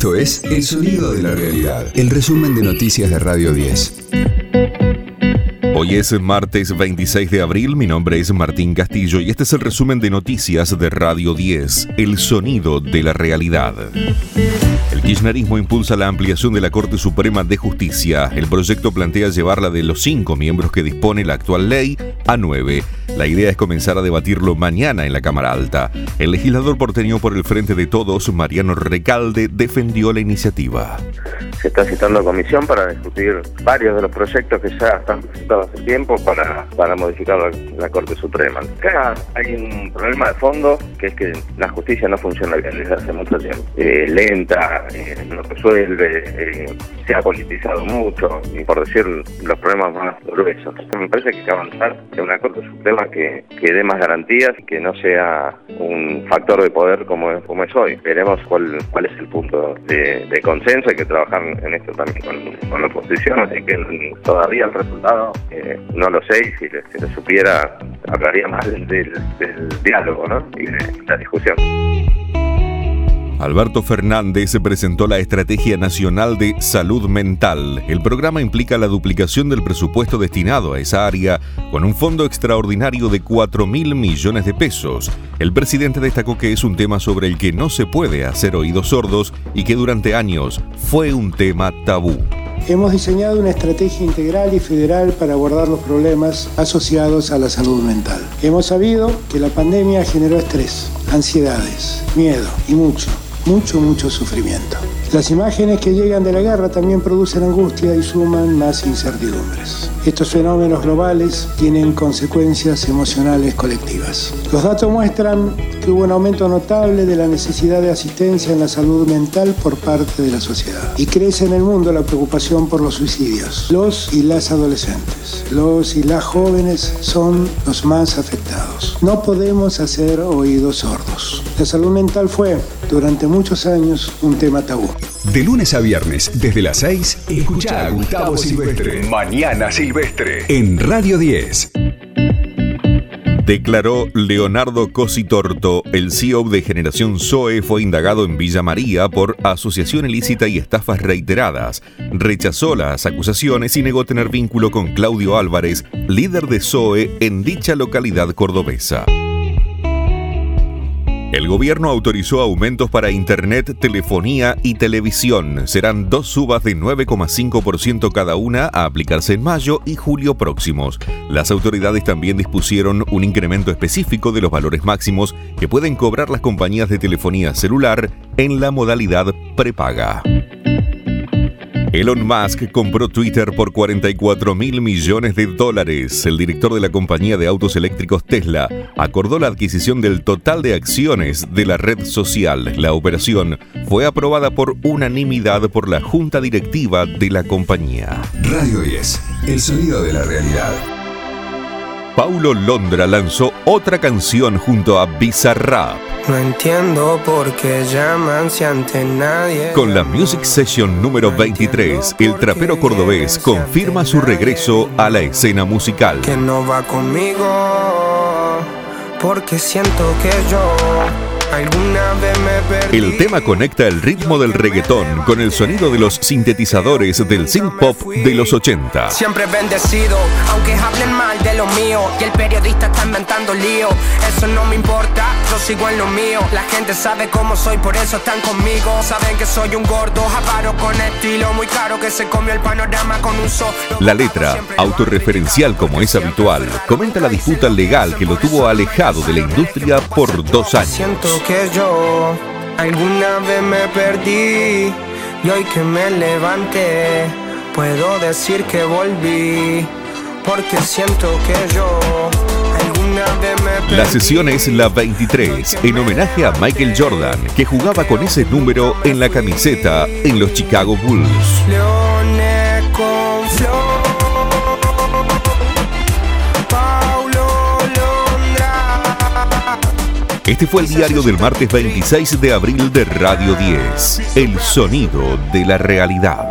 Esto es El Sonido de la Realidad, el resumen de noticias de Radio 10. Hoy es martes 26 de abril, mi nombre es Martín Castillo y este es el resumen de noticias de Radio 10, El Sonido de la Realidad. El kirchnerismo impulsa la ampliación de la Corte Suprema de Justicia. El proyecto plantea llevarla de los 5 miembros que dispone la actual ley a 9. La idea es comenzar a debatirlo mañana en la Cámara Alta. El legislador porteño por el Frente de Todos, Mariano Recalde, defendió la iniciativa. Se está citando a comisión para discutir varios de los proyectos que ya están presentados hace tiempo para modificar la Corte Suprema. Acá hay un problema de fondo, que es que la justicia no funciona bien desde hace mucho tiempo. Lenta, no resuelve, se ha politizado mucho, y por decir los problemas más gruesos. Me parece que hay que avanzar en una Corte Suprema que dé más garantías y que no sea un factor de poder como es hoy. Veremos cuál es el punto de consenso. Hay que trabajar en esto también con la oposición, así que todavía el resultado no lo sé, y si lo supiera hablaría más del diálogo, ¿no? Y de la discusión. Alberto Fernández presentó la Estrategia Nacional de Salud Mental. El programa implica la duplicación del presupuesto destinado a esa área con un fondo extraordinario de 4.000 millones de pesos. El presidente destacó que es un tema sobre el que no se puede hacer oídos sordos y que durante años fue un tema tabú. Hemos diseñado una estrategia integral y federal para abordar los problemas asociados a la salud mental. Hemos sabido que la pandemia generó estrés, ansiedades, miedo y mucho sufrimiento. Las imágenes que llegan de la guerra también producen angustia y suman más incertidumbres. Estos fenómenos globales tienen consecuencias emocionales colectivas. Los datos muestran que hubo un aumento notable de la necesidad de asistencia en la salud mental por parte de la sociedad. Y crece en el mundo la preocupación por los suicidios. Los y las adolescentes, los y las jóvenes son los más afectados. No podemos hacer oídos sordos. La salud mental fue, durante muchos años, un tema tabú. De lunes a viernes, desde las 6, escuchá a Gustavo Silvestre. Mañana Silvestre. En Radio 10. Declaró Leonardo Cositorto, el CEO de Generación Zoe, fue indagado en Villa María por asociación ilícita y estafas reiteradas. Rechazó las acusaciones y negó tener vínculo con Claudio Álvarez, líder de Zoe en dicha localidad cordobesa. El gobierno autorizó aumentos para internet, telefonía y televisión. Serán 2 subas de 9,5% cada una a aplicarse en mayo y julio próximos. Las autoridades también dispusieron un incremento específico de los valores máximos que pueden cobrar las compañías de telefonía celular en la modalidad prepaga. Elon Musk compró Twitter por $44.000 millones. El director de la compañía de autos eléctricos Tesla acordó la adquisición del total de acciones de la red social. La operación fue aprobada por unanimidad por la junta directiva de la compañía. Radio 10, el sonido de la realidad. Paulo Londra lanzó otra canción junto a Bizarrap. No entiendo por qué llaman si ante nadie. Con la Music Session número 23, el trapero cordobés confirma su regreso a la escena musical. Que no va conmigo, porque siento que yo alguna vez me perdí. El tema conecta el ritmo del reggaetón con el sonido de los sintetizadores del synth pop de los 80. Siempre bendecido, aunque hablen mal de lo mío, y el periodista está inventando lío. Eso no me importa, yo sigo en lo mío. La gente sabe cómo soy, por eso están conmigo. Saben que soy un gordo, avaro con estilo muy caro, que se comió el panorama con un solo. La letra, autorreferencial como es habitual, comenta la disputa legal que lo tuvo alejado de la industria por 2 años. Siento que yo alguna vez me perdí, y hoy que me levanté puedo decir que volví, porque siento que yo alguna vez me perdí. La sesión es la 23, en homenaje a Michael Jordan, que jugaba con ese número en la camiseta en los Chicago Bulls. Leones con flor. Este fue el diario del martes 26 de abril de Radio 10, El Sonido de la Realidad.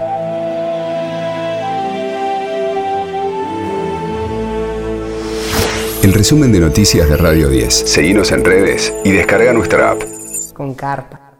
El resumen de noticias de Radio 10. Seguinos en redes y descarga nuestra app. Con carpa.